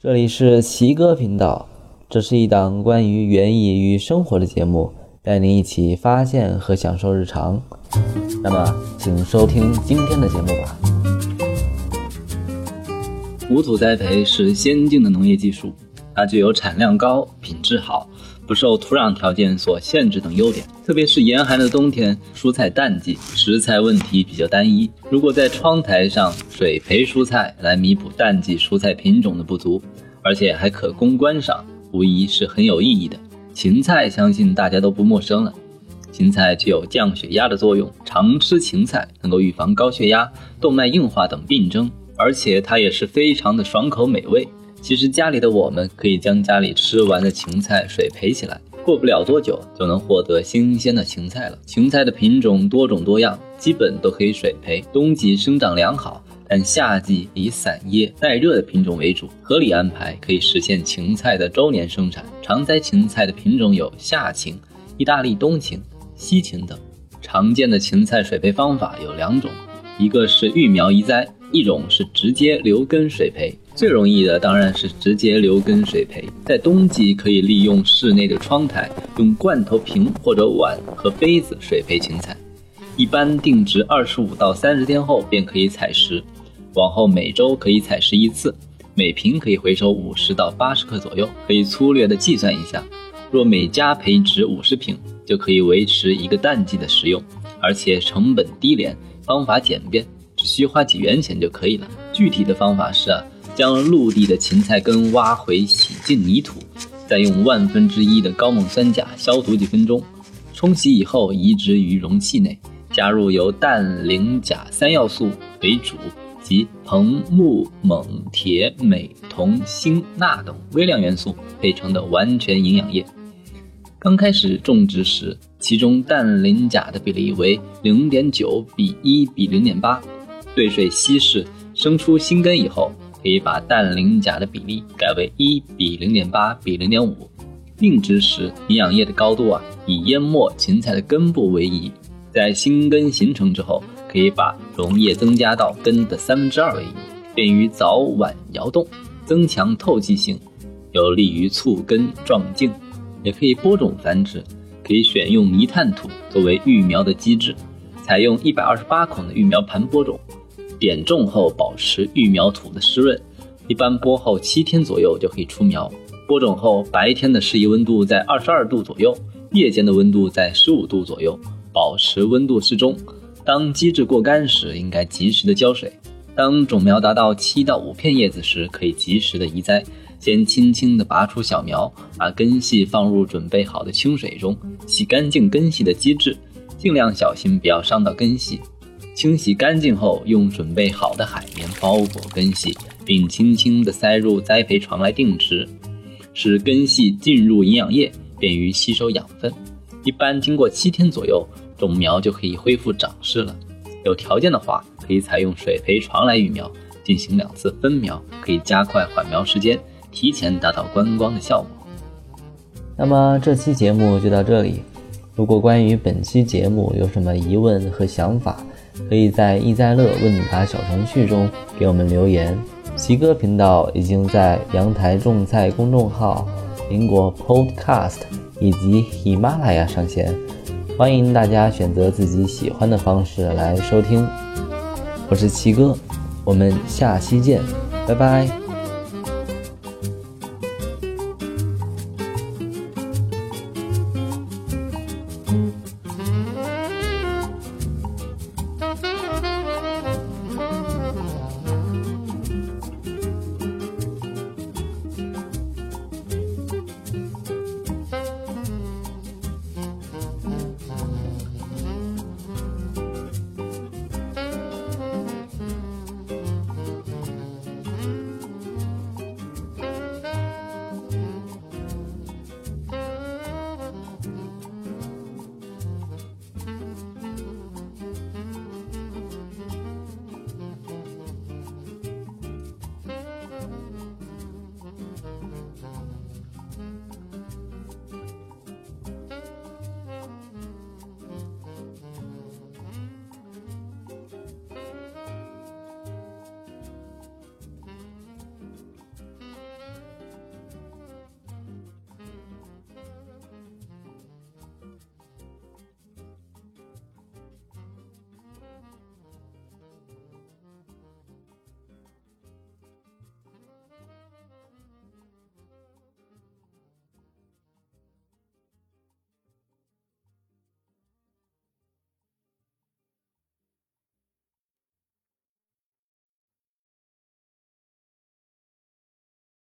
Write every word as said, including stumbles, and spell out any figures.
这里是奇哥频道，这是一档关于园艺与生活的节目，带您一起发现和享受日常。那么，请收听今天的节目吧。 无土栽培是先进的农业技术，它具有产量高、品质好、不受土壤条件所限制等优点。特别是严寒的冬天，蔬菜淡季，食材问题比较单一。如果在窗台上水培蔬菜来弥补淡季蔬菜品种的不足，而且还可供观赏，无疑是很有意义的。芹菜相信大家都不陌生了，芹菜具有降血压的作用，常吃芹菜能够预防高血压、动脉硬化等病症，而且它也是非常的爽口美味。其实家里的我们可以将家里吃完的芹菜水培起来，过不了多久就能获得新鲜的芹菜了。芹菜的品种多种多样，基本都可以水培，冬季生长良好，但夏季以散叶耐热的品种为主，合理安排可以实现芹菜的周年生产。常栽芹菜的品种有夏芹、意大利冬芹、西芹等。常见的芹菜水培方法有两种，一个是育苗移栽，一种是直接留根水培。最容易的当然是直接留根水培，在冬季可以利用室内的窗台，用罐头瓶或者碗和杯子水培芹菜，一般定植二十五到三十天后便可以采食，往后每周可以采食一次，每瓶可以回收五十到八十克左右。可以粗略的计算一下，若每家培植五十瓶，就可以维持一个淡季的食用，而且成本低廉，方法简便，只需花几元钱就可以了。具体的方法是啊，将陆地的芹菜根挖回，洗净泥土，再用万分之一的高锰酸钾消毒几分钟，冲洗以后移植于容器内，加入由氮、磷、钾三要素为主及硼、钼、锰、铁、镁、铜、锌、钠等微量元素配成的完全营养液。刚开始种植时，其中氮、磷、钾的比例为 零点九 比一比 零点八， 兑水稀释，生出新根以后，可以把氮、磷、钾的比例改为一比 零点八 比 零点五。 另植时，营养液的高度啊，以淹没芹菜的根部为宜。在新根形成之后，可以把溶液增加到根的三分之二为宜，便于早晚摇动，增强透气性，有利于促根壮茎。也可以播种繁殖，可以选用泥炭土作为育苗的基质，采用一百二十八孔的育苗盘播种，点种后保持育苗土的湿润，一般播后七天左右就可以出苗。播种后白天的适宜温度在二十二度左右，夜间的温度在十五度左右，保持温度适中。当基质过干时，应该及时的浇水。当种苗达到七到五片叶子时，可以及时的移栽。先轻轻地拔出小苗，把根系放入准备好的清水中，洗干净根系的基质，尽量小心不要伤到根系。清洗干净后，用准备好的海绵包裹根系，并轻轻地塞入栽培床来定植，使根系进入营养液，便于吸收养分。一般经过七天左右，种苗就可以恢复长势了。有条件的话，可以采用水培床来育苗，进行两次分苗，可以加快缓苗时间，提前达到观光的效果。 那么这期节目就到这里，如果关于本期节目有什么疑问和想法，可以在易在乐问答小程序中给我们留言。奇哥频道已经在阳台种菜公众号、苹果 Podcast 以及喜马拉雅上线，欢迎大家选择自己喜欢的方式来收听。我是奇哥，我们下期见，拜拜。